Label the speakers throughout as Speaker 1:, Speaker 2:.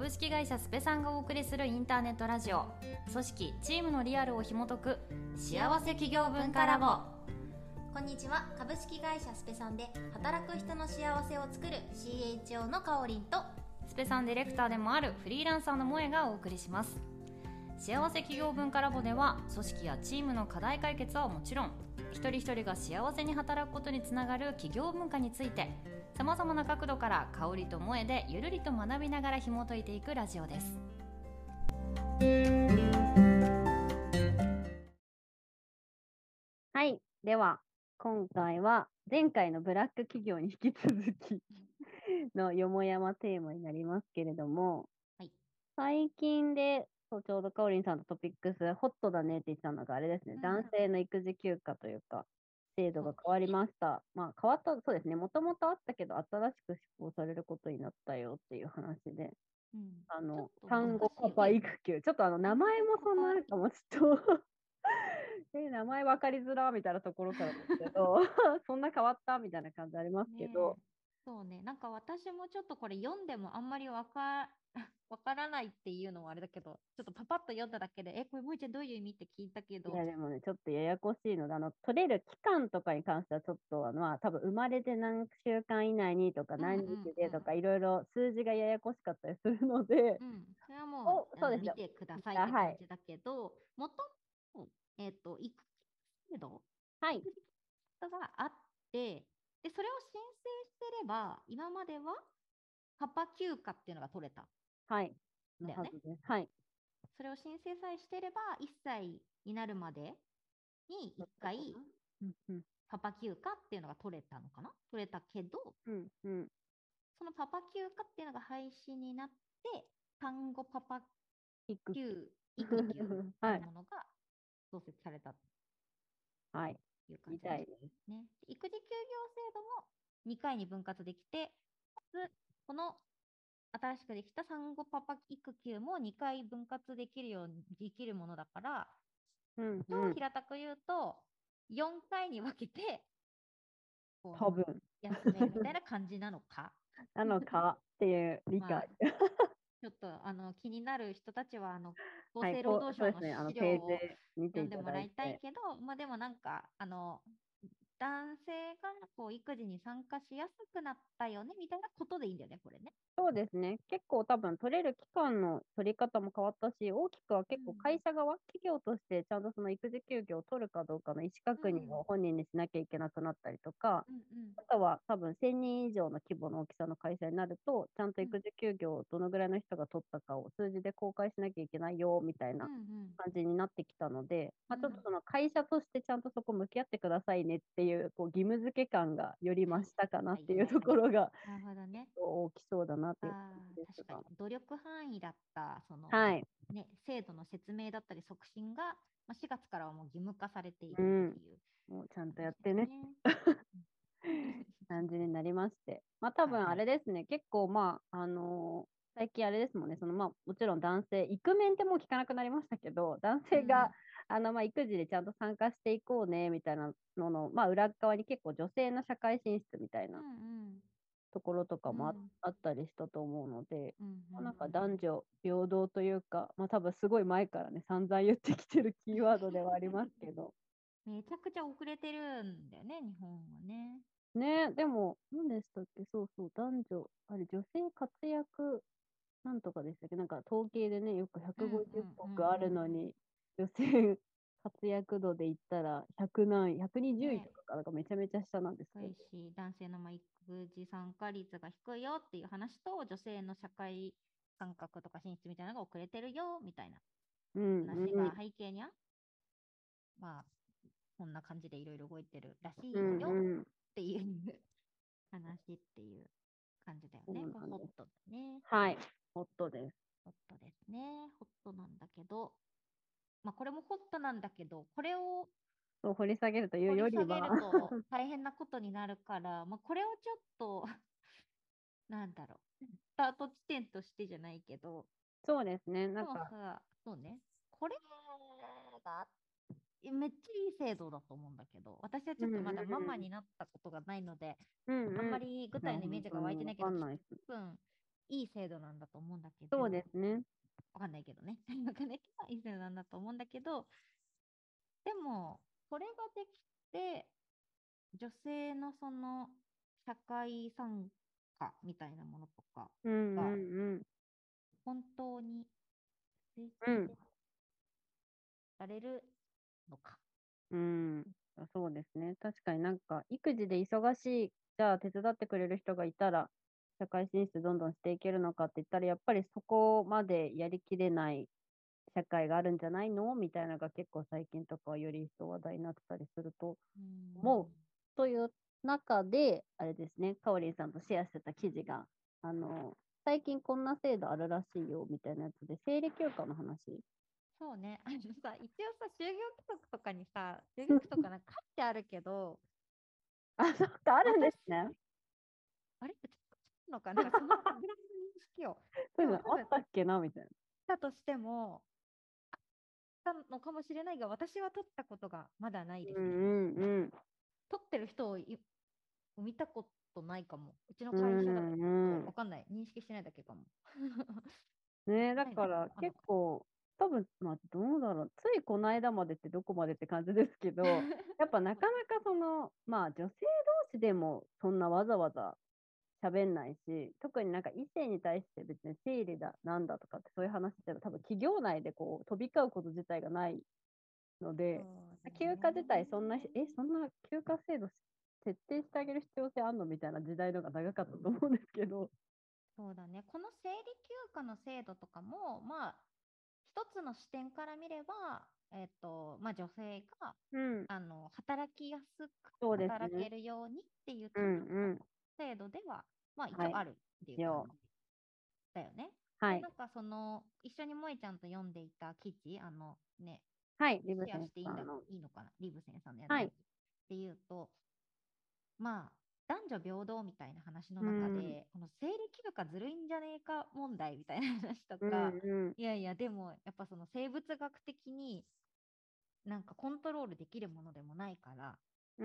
Speaker 1: 株式会社スペさんがお送りするインターネットラジオ、組織チームのリアルを紐解く幸せ企業文化ラボ。
Speaker 2: こんにちは。株式会社スペさんで働く人の幸せを作る CHO のかおりんと、
Speaker 1: スペさんディレクターでもあるフリーランサーの萌がお送りします。幸せ企業文化ラボでは、組織やチームの課題解決はもちろん、一人一人が幸せに働くことにつながる企業文化について、さまざまな角度から香りと萌でゆるりと学びながら紐解いていくラジオです。
Speaker 3: はい、では今回は前回のブラック企業に引き続きのよもやまテーマになりますけれども、
Speaker 2: はい、
Speaker 3: 最近でちょうどかおりんさんとトピックスホットだねって言ってたのがあれですね、男性の育児休暇というか制度が変わりました。まあ変わった、そうですね、もともとあったけど新しく施行されることになったよっていう話で、産後パパ育休、ちょっと名前もそんななんかもうちょっと名前分かりづらみたいなところからですけどそんな変わったみたいな感じありますけど、
Speaker 2: そうね、なんか私もちょっとこれ読んでもあんまりわからないっていうのはあれだけど、ちょっとパパッと読んだだけで、これもうちゃんどういう意味って聞いたけど。
Speaker 3: いやでもね、ちょっとややこしいので、取れる期間とかに関してはちょっと多分生まれて何週間以内にとか何日でとかいろいろ数字がややこしかったりするので、
Speaker 2: それはもう、
Speaker 3: そうです
Speaker 2: 見てくださいって感じだけど、もともと育休制度があって、でそれを申請してれば今まではパパ休暇っていうのが取れた。
Speaker 3: はい
Speaker 2: だよね。
Speaker 3: はい。
Speaker 2: それを申請さえしてれば1歳になるまでに1回パパ休暇っていうのが取れたのかな、取れたけど、そのパパ休暇っていうのが廃止になって産後パパ育休というものが創設されたという感じですね。育児休業制度も2回に分割できて、この新しくできた産後パパ育休も2回分割できるようにできるものだから、超平たく言うと4回に分けて
Speaker 3: 多分
Speaker 2: 休めるみたいな感じなのか
Speaker 3: っていう理解、
Speaker 2: ちょっと気になる人たちは厚生労働省の資料を読んでもらいたいけど、でもなんか男性が育児に参加しやすくなったよねみたいなことでいいんだよね、これね。
Speaker 3: そうですね。結構多分取れる期間の取り方も変わったし、大きくは結構会社側、企業としてちゃんとその育児休業を取るかどうかの意思確認を本人にしなきゃいけなくなったりとか、あとは多分1000人以上の規模の大きさの会社になると、ちゃんと育児休業をどのぐらいの人が取ったかを数字で公開しなきゃいけないよみたいな感じになってきたので、ちょっとその会社としてちゃんとそこ向き合ってくださいねっていう、義務付け感がより増したかなっていうところが大きそうだなっていう感じですが、
Speaker 2: 確かに努力範囲だったその、制度の説明だったり促進が、4月からはもう義務化されているっていう、
Speaker 3: もうちゃんとやってね感じになりまして、多分あれですね、結構最近あれですもんね、もちろん男性、イクメンってもう聞かなくなりましたけど、男性が、育児でちゃんと参加していこうねみたいなのの、裏側に結構女性の社会進出みたいなところとかもあったりしたと思うので、なんか男女平等というか、多分すごい前からね、散々言ってきてるキーワードではありますけど。
Speaker 2: めちゃくちゃ遅れてるんだよね、日本はね。
Speaker 3: ね、でも、何でしたっけ、そうそう、男女、あれ、女性活躍なんとかでしたっけ、なんか統計でね、よく150億あるのに、女性活躍度で言ったら120位とかからがめちゃめちゃ下なんですけど。
Speaker 2: 男性の育児参加率が低いよっていう話と、女性の社会感覚とか進出みたいなのが遅れてるよみたいな話が背景にこんな感じでいろいろ動いてるらしいよっていう話っていう感じだよね。ホットだね。
Speaker 3: はい、ホットです。
Speaker 2: ホットですね。ホットなんだけど、これもホットなんだけど、これを
Speaker 3: 掘り下げるというよりは
Speaker 2: 大変なことになるから、これをちょっとなんだろう、スタート地点としてじゃないけど、
Speaker 3: そうですね、なんか
Speaker 2: そうね、これがめっちゃいい制度だと思うんだけど、私はちょっとまだママになったことがないので、あんまり具体のイメージが湧いてないけど、多分いい制度なんだと思うんだけど。
Speaker 3: そうですね。
Speaker 2: わかんないけどね。わかんないけど、いい制度なんだと思うんだけど、でも、これができて、女性のその社会参加みたいなものとかが本当に推進されるのか。
Speaker 3: そうですね。確かになんか、育児で忙しい、じゃあ手伝ってくれる人がいたら、社会進出どんどんしていけるのかって言ったら、やっぱりそこまでやりきれない社会があるんじゃないのみたいなのが結構最近とかはより一層話題になってたりすると思う。という中で、あれですね、かおりんさんとシェアしてた記事が、最近こんな制度あるらしいよみたいなやつで、生理休暇の話。
Speaker 2: そうね。一応さ、就業規則とかにさ、就業規則なんか書いてあるけど、
Speaker 3: あ、そっか、あるんですね。
Speaker 2: あれちょっとのかな、そのグラフの認識を。
Speaker 3: そういうのあったっけなみたいな。
Speaker 2: だとしても、あったのかもしれないが、私は取ったことがまだないですね。取ってる人を見たことないかも。うちの会社だとわかんない。認識してないだけかも。
Speaker 3: ね、だから結構、多分、まあ、どうだろう。ついこの間までってどこまでって感じですけど、やっぱなかなかその、まあ、女性同士でもそんなわざわざ喋んないし、特になんか異性に対して別に生理だ、なんだとかってそういう話って多分企業内でこう飛び交うこと自体がないので、休暇自体そんな、そんな休暇制度設定してあげる必要性あんのみたいな時代のが長かったと思うんですけど。
Speaker 2: そうだね。この生理休暇の制度とかも、まあ、一つの視点から見れば、まあ、女性が、働きやすく働けるようにっていうための制度では、まあ、一応あるっていう感じだよね。で、なんかその、一緒に萌ちゃんと読んでいた記事、ね、
Speaker 3: リブ
Speaker 2: シェアしていいのかな、リブセンさんのやつっていうと、まあ、男女平等みたいな話の中で、この生理休暇ずるいんじゃねえか問題みたいな話とか、いやいや、でもやっぱその生物学的になんかコントロールできるものでもないから、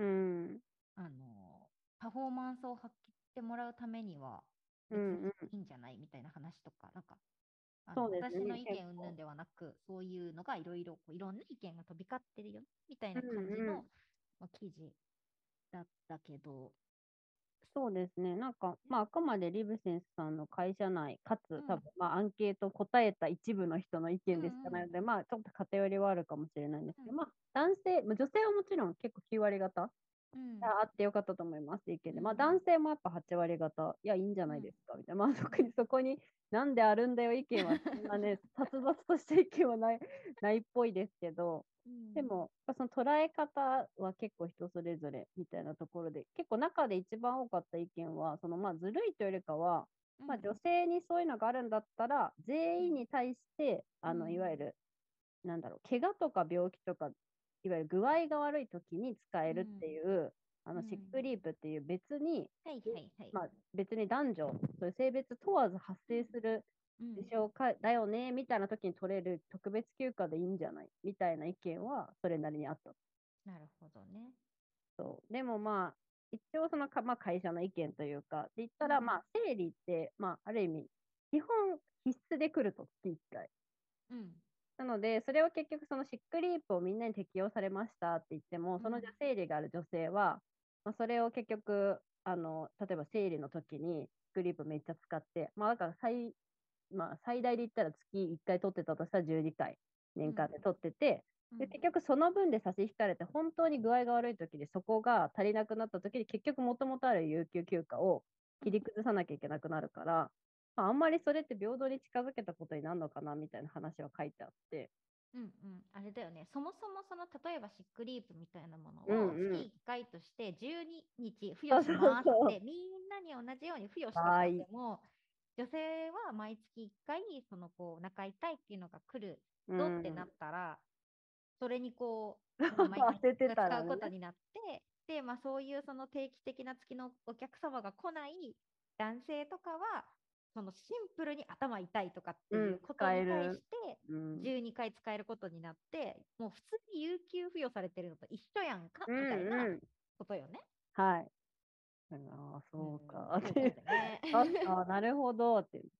Speaker 2: パフォーマンスを発揮してもらうためには別にいいんじゃないみたいな話とか、なんか私の意見云々ではなく、そういうのがいろいろんな意見が飛び交ってるよみたいな感じの、記事だったけど。
Speaker 3: そうですね。なんか、まあ、あくまでリブセンスさんの会社内、かつ、多分、まあ、アンケート答えた一部の人の意見でしかないので、まあ、ちょっと偏りはあるかもしれないんですけど、まあ、男性、女性はもちろん結構9割方、あってよかったと思いますって意見で、まあ、男性もやっぱ8割方、いや、いいんじゃないですか、みたいな。まあ、特にそこに、なんであるんだよ、意見は、そんなね、殺伐とした意見はないっぽいですけど、でも、その捉え方は結構人それぞれみたいなところで、結構中で一番多かった意見は、そのまあずるいというよりかは、まあ、女性にそういうのがあるんだったら、全員に対して、いわゆる、なんだろう、怪我とか病気とか、いわゆる具合が悪い時に使えるっていう、シックリープっていう別に、まあ、別に男女、そういう性別問わず発生する事象だよねみたいな時に取れる特別休暇でいいんじゃないみたいな意見はそれなりにあった。
Speaker 2: なるほどね。
Speaker 3: そうでもまあ一応そのまあ、会社の意見というかって言ったら、まあ生理って、まあ、ある意味基本必須で来ると月1回。なのでそれを結局そのシックリープをみんなに適用されましたって言っても、その生理がある女性は、まあ、それを結局例えば生理の時にシックリープめっちゃ使って、まあだからまあ、最大で言ったら月1回取ってたとしたら12回年間で取ってて、で結局その分で差し引かれて本当に具合が悪い時でそこが足りなくなった時に結局もともとある有給休暇を切り崩さなきゃいけなくなるから、まあ、あんまりそれって平等に近づけたことになるのかなみたいな話は書いてあって。
Speaker 2: あれだよね。そもそもその例えばシックリープみたいなものを月1回として12日付与しますってみんなに同じように付与したとしても、女性は毎月1回そのこうお腹痛いっていうのが来るぞってなったら、それにこう毎月使うことになって、で、まあ、そういうその定期的な月のお客様が来ない男性とかはそのシンプルに頭痛いとかっていうことに対して12回使えることになって、もう普通に有給付与されてるのと一緒やんかみたいなことよね。
Speaker 3: はい。ああ、そうか。あ、なるほどって。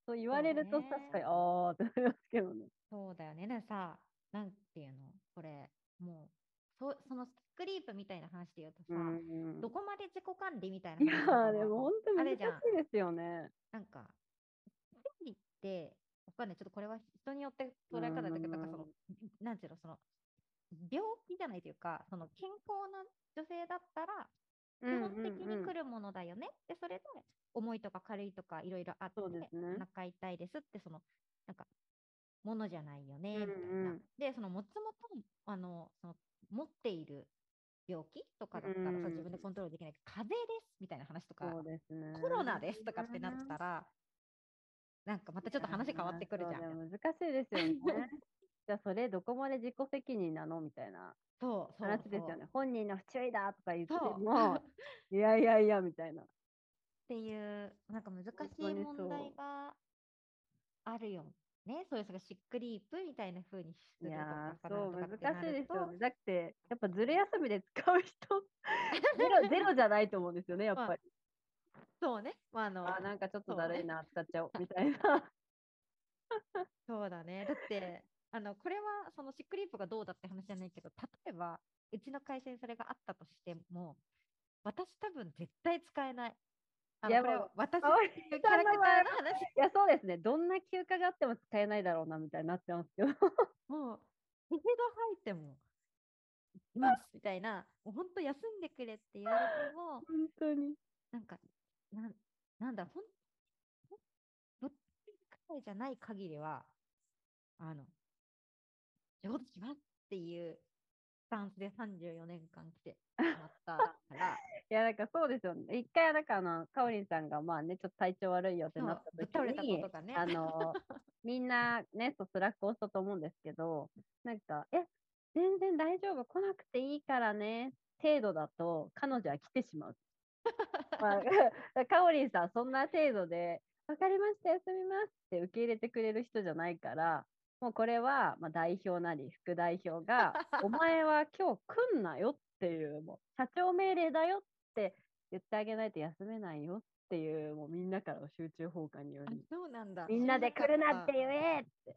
Speaker 3: そう言われると確かに、あーってなりますけどね。
Speaker 2: そうだよね。でさ、なんていうのこれ、もう、そのスクリープみたいな話で言うとさ、どこまで自己管理みたいない話とか
Speaker 3: やー、でも本当難しい
Speaker 2: あるじゃん。
Speaker 3: ですよね。
Speaker 2: なんか、生理って、わかんない。ちょっとこれは人によって捉え方だけど、なんかその、なんていうの、その、病気じゃないというか、その健康な女性だったら、基本的に来るものだよね。で、それで、重いとか軽いとかいろいろあって、
Speaker 3: そうですね。
Speaker 2: お腹痛いですって、その、なんか、ものじゃないよね、みたいな。で、そのもともと、その持っている病気とかだったらさ、自分でコントロールできない。風邪ですみたいな話とか、
Speaker 3: そうですね。
Speaker 2: コロナですとかってなったら、なんかまたちょっと話変わってくるじゃん。
Speaker 3: 難しいですよね。じゃあそれどこまで自己責任なのみたいな話ですよね。本人の不注意だとか言っても、いやいやいやみたいな。
Speaker 2: っていう、なんか難しい問題があるよね。そういうシックリープみたいな風にするとか
Speaker 3: そう難しいですよね。だってやっぱずる休みで使う人ゼロじゃないと思うんですよね、やっぱり。
Speaker 2: そうね。
Speaker 3: なんかちょっとだるいな、使っちゃおうみたいな。
Speaker 2: そうだね。だって、これはそのシックリープがどうだって話じゃないけど、例えば、うちの会社にそれがあったとしても、私多分絶対使えない。これは私のキャラクターの話。
Speaker 3: いや、そうですね。どんな休暇があっても使えないだろうな、みたいになってますけど。
Speaker 2: もう、ヘド入っても、いますみたいな、もう本当休んでくれって言われても、
Speaker 3: 本当に。
Speaker 2: なんか、なんだ、どっちくらいじゃない限りは、仕事しますっていうスタンスで34年間来てしまったから。
Speaker 3: いや、なんかそうですよね。一回、なんかかおりんさんが、まあね、ちょっと体調悪いよってなった時に、みんなね、スラック押したと思うんですけど、なんか、全然大丈夫、来なくていいからね、程度だと、彼女は来てしまう。まあ、かおりんさん、そんな程度で、わかりました、休みますって受け入れてくれる人じゃないから、もうこれは、まあ、代表なり副代表が、お前は今日来んなよっていう、もう社長命令だよって言ってあげないと休めないよっていう、もうみんなからの集中放火により、
Speaker 2: そうなんだ。
Speaker 3: みんなで来るなって言えって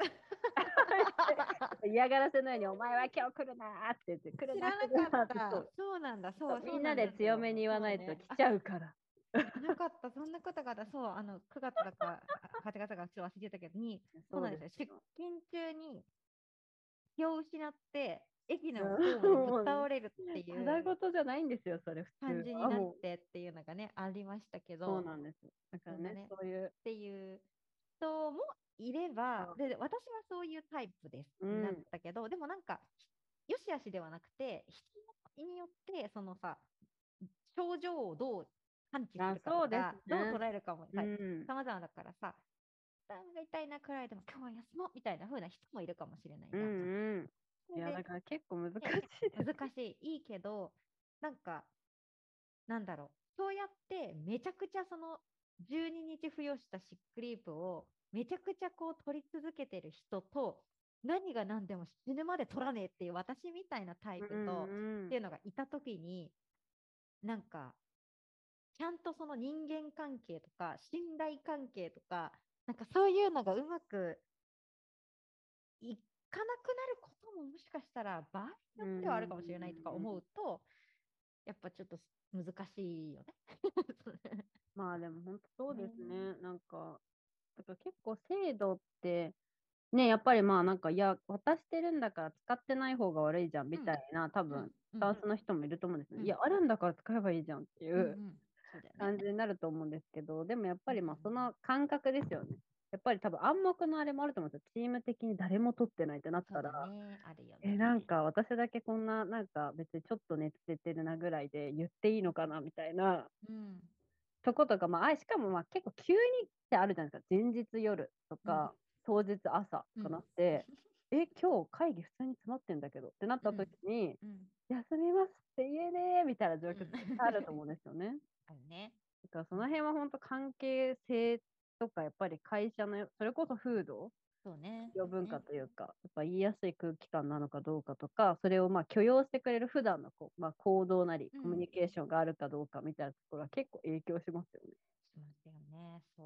Speaker 3: 嫌がらせのように、お前は今日来るなって言って、来るなって
Speaker 2: 知らなかった。そうなんだ。
Speaker 3: みんなで強めに言わないと来ちゃうから。
Speaker 2: なかった、そんなことがあった。そう、9月だか8月だかちょっと忘れてたけどそうなんですよ。出勤中に気を失って、駅のホームでぶっ倒れるっていう。
Speaker 3: ただごとじゃないんですよ、それ普通。
Speaker 2: 感じになってっていうのがね、ありましたけど。
Speaker 3: そうなんです。だからね、そういう。
Speaker 2: っていう人もいれば、で、私はそういうタイプです。なったけど、でもなんか、よしあしではなくて、人によって、そのさ、症状をどう感知するかとか、どう捉えるかもさまざまだからさ、負担が痛いなくらいでも今日は休もうみたいな風な人もいるかもしれないじゃん。
Speaker 3: いや、だから結構難しい
Speaker 2: です。難しい。いいけど、なんか、なんだろう。そうやってめちゃくちゃその12日付与したシックリープをめちゃくちゃこう取り続けてる人と、何が何でも死ぬまで取らねえっていう私みたいなタイプと、っていうのがいたときに、なんか、ちゃんとその人間関係とか、信頼関係とか、なんかそういうのがうまくいかなくなることももしかしたら場合によってはあるかもしれないとか思うと、やっぱちょっと難しいよね。
Speaker 3: まあでも本当そうですね。なんか、だから結構制度って、ね、やっぱりまあなんか、いや、渡してるんだから使ってない方が悪いじゃんみたいな、多分、スタンスの人もいると思うんですね。いや、あるんだから使えばいいじゃんっていう感じになると思うんですけど、でもやっぱりまあその感覚ですよね。やっぱり多分暗黙のあれもあると思うんですよ。チーム的に誰も取ってないってなったら、なんか私だけこんな、なんか別にちょっと熱出てるなぐらいで言っていいのかなみたいなとことか、まあ、しかもまあ結構急にってあるじゃないですか。前日夜とか、当日朝とかなって、今日会議普通に詰まってんだけどってなった時に、休みますって言えねえみたいな状況ってあると思うんですよね。だからその辺は本当関係性とか、やっぱり会社の、それこそ風土、企業文化というか、やっぱ言いやすい空気感なのかどうかとか、それをまあ許容してくれる普段のまあ、行動なり、コミュニケーションがあるかどうかみたいなところは結構影響しますよね。
Speaker 2: しますよね。そう。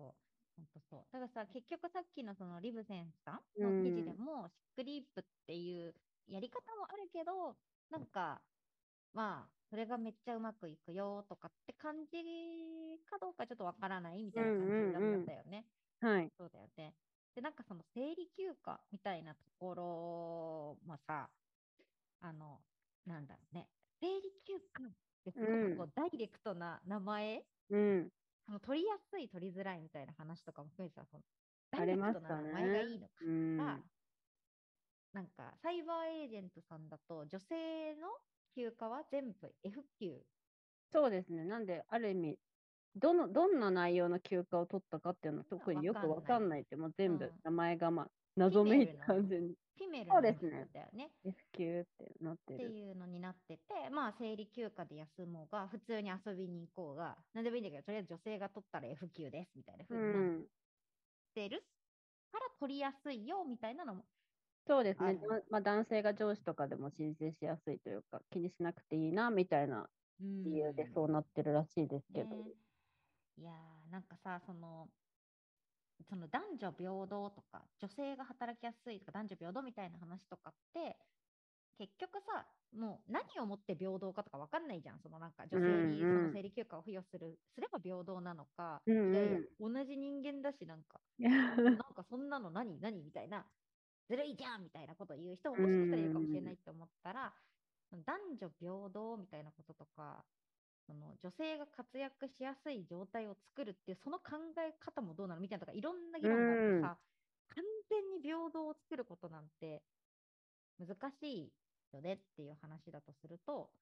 Speaker 2: 本当そう。たださ、結局さっきのそのリブセンさんの記事でも、シックリープっていうやり方もあるけど、なんか、まあ、それがめっちゃうまくいくよとかって感じかどうかちょっとわからないみたいな感じだったよね。
Speaker 3: はい。
Speaker 2: そうだよね。で、なんかその生理休暇みたいなところもさ、あの、なんだろうね。生理休暇ってすごくこう、ダイレクトな名前、取りやすい、取りづらいみたいな話とかも含めてさ、そのダイレクトな名前がいいのかとか、なんか、サイバーエージェントさんだと、女性の休暇は全部 F 級。
Speaker 3: そうですね。なんで、ある意味、どんな内容の休暇を取ったかっていうのは特によくわかんないって、もう全部名前が謎めいた感じに。
Speaker 2: フィメールの
Speaker 3: そうです
Speaker 2: F
Speaker 3: ね。
Speaker 2: だよね。
Speaker 3: F 級ってなってる。
Speaker 2: っていうのになってて、まあ、生理休暇で休もうが、普通に遊びに行こうが、なんでもいいんだけど、とりあえず女性が取ったら F 級ですみたいな風になってるから取りやすいよみたいなのも
Speaker 3: そうですね。
Speaker 2: ある。
Speaker 3: まあ、男性が上司とかでも申請しやすいというか、気にしなくていいなみたいな理由でそうなってるらしいですけど。
Speaker 2: ね、いやー、なんかさ、その男女平等とか、女性が働きやすいとか、男女平等みたいな話とかって、結局さ、もう何をもって平等かとか分かんないじゃん。そのなんか女性にその生理休暇を付与すれば平等なのか、いやいや、同じ人間だし、なんかそんなの何みたいな、ずるいじゃんみたいなことを言う人ももしかしたらいるかもしれないって思ったら、男女平等みたいなこととか、その女性が活躍しやすい状態を作るっていうその考え方もどうなのみたいなとかいろんな議論があってさ、完全に平等を作ることなんて難しいよねっていう話だとすると、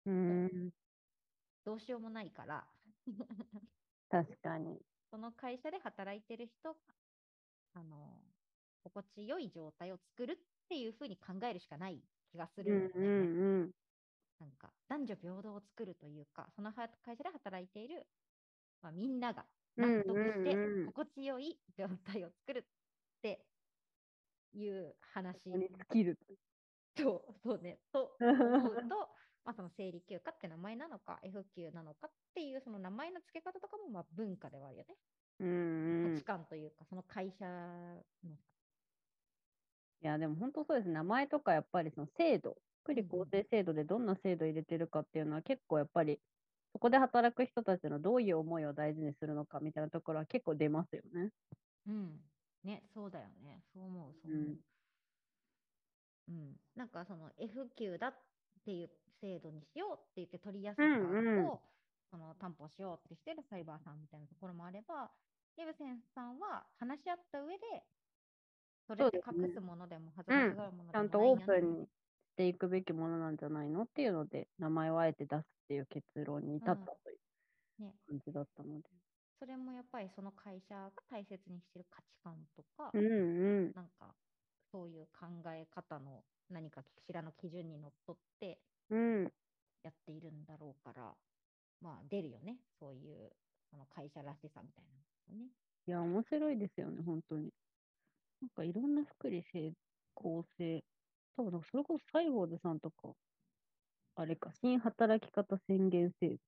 Speaker 2: どうしようもないから
Speaker 3: 確かに。
Speaker 2: その会社で働いてる人が心地よい状態を作るっていうふうに考えるしかない気がするんだよね。なんか男女平等を作るというか、その会社で働いている、まあ、みんなが納得して心地よい状態を作るっていう話。
Speaker 3: に尽きる。
Speaker 2: そうね。と思うと、まあ、その生理休暇って名前なのか、F 級なのかっていうその名前の付け方とかもまあ文化ではあるよね。価値観というか、その会社の。
Speaker 3: いや、でも本当そうです。名前とかやっぱりその制度、福利厚生制度でどんな制度を入れてるかっていうのは結構やっぱりそこで働く人たちのどういう思いを大事にするのかみたいなところは結構出ますよね。
Speaker 2: ね、そうだよね。そう思う、そう思う。なんかその F 級だっていう制度にしようって言って取りやすさをその担保しようってしてるサイバーさんみたいなところもあれば、リブセンさんは話し合った上で、それって隠すものでも恥ずかしがるもの
Speaker 3: ちゃん
Speaker 2: でもないよね。
Speaker 3: とオープンにしていくべきものなんじゃないのっていうので、名前をあえて出すっていう結論に至ったという感じだったので。
Speaker 2: それもやっぱりその会社が大切にしてる価値観とか、なんかそういう考え方の何かしらの基準にのっとってやっているんだろうから、まあ出るよね、そういうその会社らしさみたいなのね。
Speaker 3: いや、面白いですよね、本当に。なんかいろんな福利厚生、多分それこそサイボーズさんとか、あれか、新働き方宣言制度。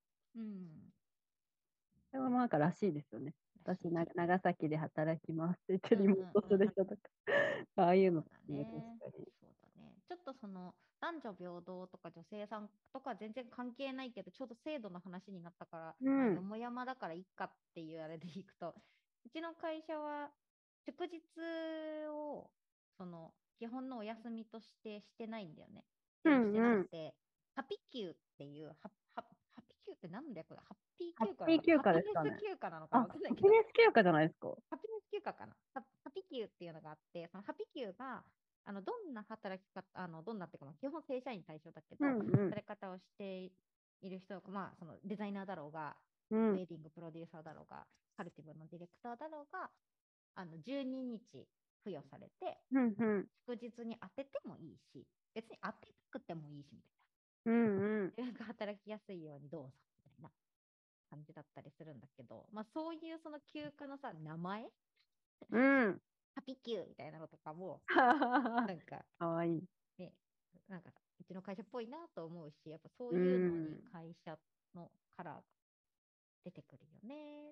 Speaker 3: それはなんからしいですよね。私、長崎で働きますって言ってリモートする人とか、ああいうのね、確かに。
Speaker 2: そうだね。ちょっとその男女平等とか女性さんとか全然関係ないけど、ちょうど制度の話になったから、まあ、よもやまだからいいかっていうあれでいくと、うちの会社は祝日をその基本のお休みとしてないんだよね。してなくて、ハピ休っていう、ハピ休ってなんだよこれ、ハッピー休暇なのか、ハピネス休暇なのかわかんないけど。
Speaker 3: ハピネス休暇じゃないですか。
Speaker 2: ハピネス休暇かな。ハピ休っていうのがあって、そのハピ休がどんな働き方、どんなっていうか、基本正社員対象だけど、働き方をしている人、まあ、そのデザイナーだろうが、ウェディングプロデューサーだろうが、カルティブのディレクターだろうが、12日付与されて、祝日に当ててもいいし、別に当てなくてもいいし、みたいな。自分が働きやすいようにどうぞ、みたいな感じだったりするんだけど、まあ、そういうその休暇のさ、名前ハピキューみたいなのとかも、なんか、
Speaker 3: かわいい。
Speaker 2: ね、なんか、うちの会社っぽいなと思うし、やっぱそういうのに会社のカラーが出てくるよねっ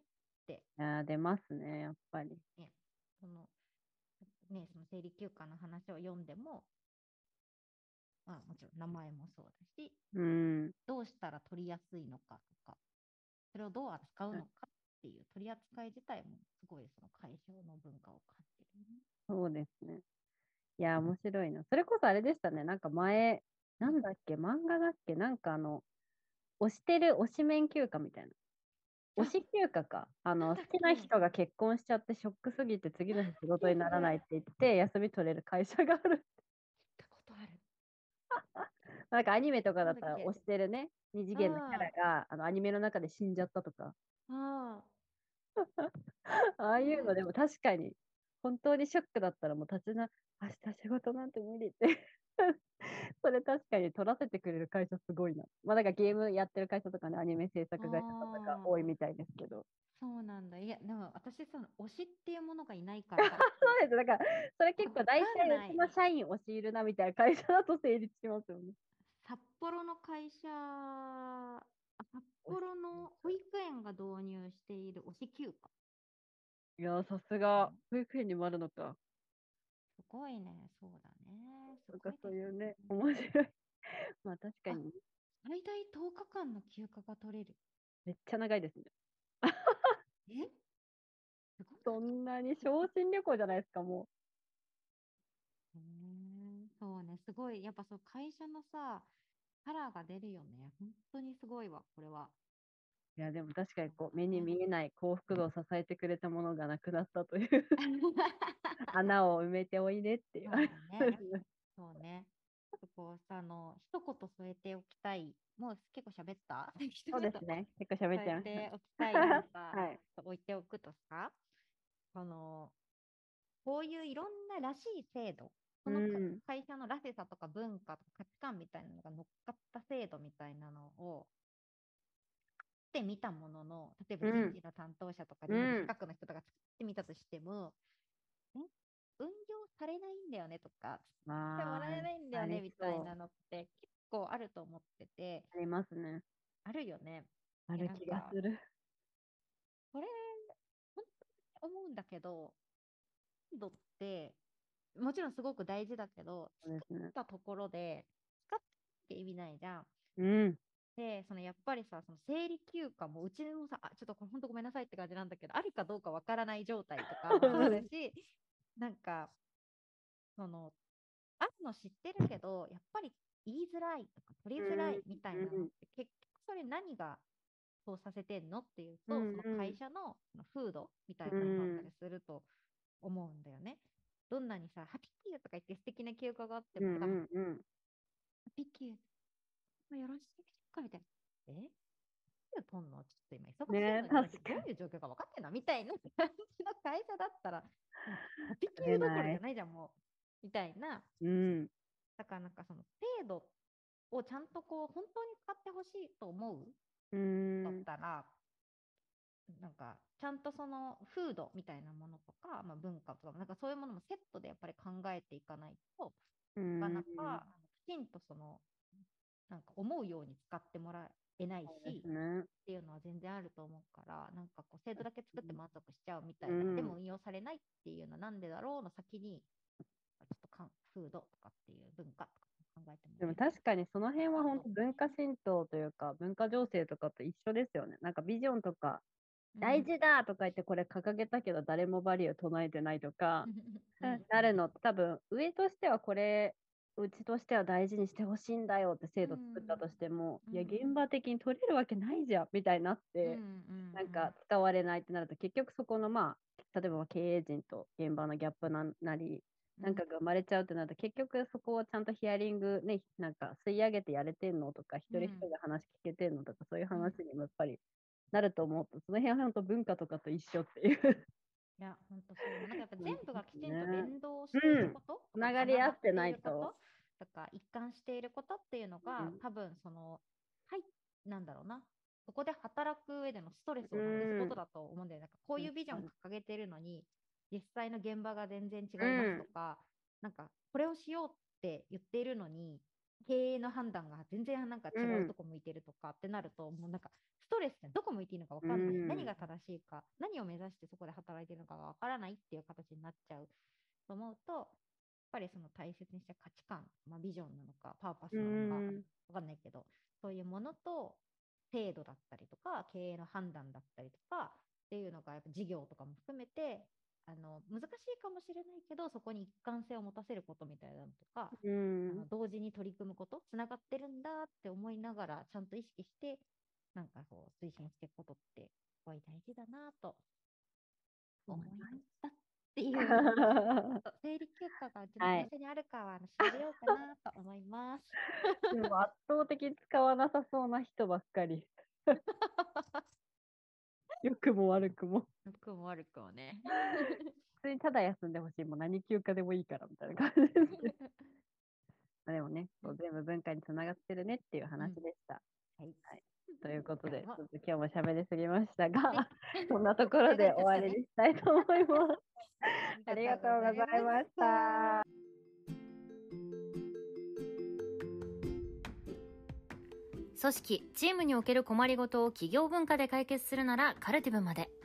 Speaker 2: て。
Speaker 3: 出ますね、やっぱり。
Speaker 2: ね、その生理休暇の話を読んでも、まあ、もちろん名前もそうだし、どうしたら取りやすいのかとか、それをどう扱うのかっていう取り扱い自体もすごいその会社の文化を感じるね。
Speaker 3: そうですね。いや、面白いな。それこそあれでしたね。なんか前、なんだっけ、漫画だっけ、なんか推してる推しメン休暇みたいな。推し休暇か。好きな人が結婚しちゃってショックすぎて次の日仕事にならないって言って休み取れる会社がある。
Speaker 2: 聞いたことある。
Speaker 3: なんかアニメとかだったら推してるね、二次元のキャラがアニメの中で死んじゃったとか。ああいうのでも確かに、本当にショックだったらもう明日仕事なんて無理ってそれ確かに取らせてくれる会社すごいな。まあだからゲームやってる会社とかね、アニメ制作会社とかが多いみたいですけど。
Speaker 2: そうなんだ。いや、でも私、推しっていうものがいないから
Speaker 3: そうです。だから、それ結構大体うちの社員推しいるなみたいな会社だと成立しますよね。
Speaker 2: 札幌の会社、札幌の保育園が導入している推し休暇。
Speaker 3: いやー、さすが、保育園にもあるのか。
Speaker 2: すごいね、そうだね。すごいですね。
Speaker 3: そういうね、面白い。まあ確かに。
Speaker 2: 最大10日間の休暇が取れる。
Speaker 3: めっちゃ長いですね。
Speaker 2: え
Speaker 3: そんなに昇進旅行じゃないですか、も
Speaker 2: そうね、すごい。やっぱそう、会社のさ、カラーが出るよね。本当にすごいわ、これは。
Speaker 3: う。いや、でも確かにこう、目に見えない幸福度を支えてくれたものがなくなったという穴を埋めておいでっていう。
Speaker 2: そうね。こうさ、一言添えておきたい。もう結構喋った
Speaker 3: そうですね。結構喋っちゃいました。
Speaker 2: 添えておきたいのさ、
Speaker 3: はい、
Speaker 2: 置いておくとさ、こういういろんならしい制度、その会社のらしさとか文化とか価値観みたいなのが乗っかった制度みたいなのをってみたものの、例えば人事の担当者とか人事企画の人とか作ってみたとしても、運用されないんだよねとか、使ってもらえないんだよねみたいなのって結構あると思ってて。
Speaker 3: ありますね。
Speaker 2: あるよね。
Speaker 3: ある気がする。
Speaker 2: これ、本当に思うんだけど、制度ってもちろんすごく大事だけど、作ったところで使って意味ないじゃん。で、やっぱりさ、その生理休暇もうちもさ、ちょっとこれ本当ごめんなさいって感じなんだけど、あるかどうかわからない状態とかもそうだし、なんか、あるの知ってるけど、やっぱり言いづらいとか取りづらいみたいなのって、結局それ何がそうさせてんのっていうと、その会社の風土みたいなものだったりすると思うんだよね。どんなにさ、ハピキューとか言って素敵な休暇があってもさ、ハピキュー、よろしいかみたいな。とんのちょっと今忙しいのに、どういう状況か分かってんのみたいな感じの会社だったら、ハピキューどころじゃないじゃん、もう。みたいな。だからなんかその制度をちゃんとこう、本当に使ってほしいと思うだったら、なんかちゃんとその風土みたいなものとか、文化とか、なんかそういうものもセットでやっぱり考えていかないと、なかなかきちんとなんか思うように使ってもらえないし、っていうのは全然あると思うから、なんかこう制度だけ作って満足しちゃうみたいな、でも運用されないっていうのはなんでだろうの先に、ちょっと風土とかっていう文化とか考えても
Speaker 3: でも確かにその辺は本当文化浸透というか文化情勢とかと一緒ですよね。なんかビジョンとか大事だとか言ってこれ掲げたけど誰もバリュー唱えてないとかなるのって多分上としてはこれうちとしては大事にしてほしいんだよって制度作ったとしても、いや現場的に取れるわけないじゃんみたいになって、なんか使われないってなると結局そこの例えば経営陣と現場のギャップなりなんかが生まれちゃうってなると結局そこをちゃんとヒアリングね、なんか吸い上げてやれてんのとか一人一人が話聞けてんのとかそういう話にもやっぱりなると思うと、その辺は本当文化とかと一緒っていう。
Speaker 2: いや、本当そう。なんかやっぱ全部がきちんと連動していること、
Speaker 3: つながり合ってないと。
Speaker 2: とか一貫していることっていうのが、多分なんだろうな。そこで働く上でのストレスをなくすことだと思うんだよね。なんかこういうビジョン掲げてるのに、実際の現場が全然違いますとか、なんかこれをしようって言っているのに、経営の判断が全然なんか違うとこ向いてるとかってなると、もうなんかストレスでどこ向いていいのか分かんない、何が正しいか、何を目指してそこで働いているのかが分からないっていう形になっちゃうと思うと、やっぱりその大切にした価値観、ビジョンなのかパーパスなのか分かんないけど、そういうものと制度だったりとか経営の判断だったりとかっていうのがやっぱ事業とかも含めて難しいかもしれないけど、そこに一貫性を持たせることみたいなのとか、同時に取り組むこと、つながってるんだって思いながらちゃんと意識してなんかこう推進していくことってすごい大事だなと思いましたっていう生理休暇がうちの会社にあるかは調べようかなと思います、
Speaker 3: でも圧倒的に使わなさそうな人ばっかり良くも悪くも。
Speaker 2: 良くも悪くもね。
Speaker 3: 普通にただ休んでほしい。もう何休暇でもいいからみたいな感じですね。でもね、全部文化につながってるねっていう話でした。はい。ということで、ちょっと今日も喋りすぎましたが、こんなところで終わりにしたいと思います。ありがとうございました。
Speaker 1: 組織・チームにおける困りごとを企業文化で解決するならカルティブまで。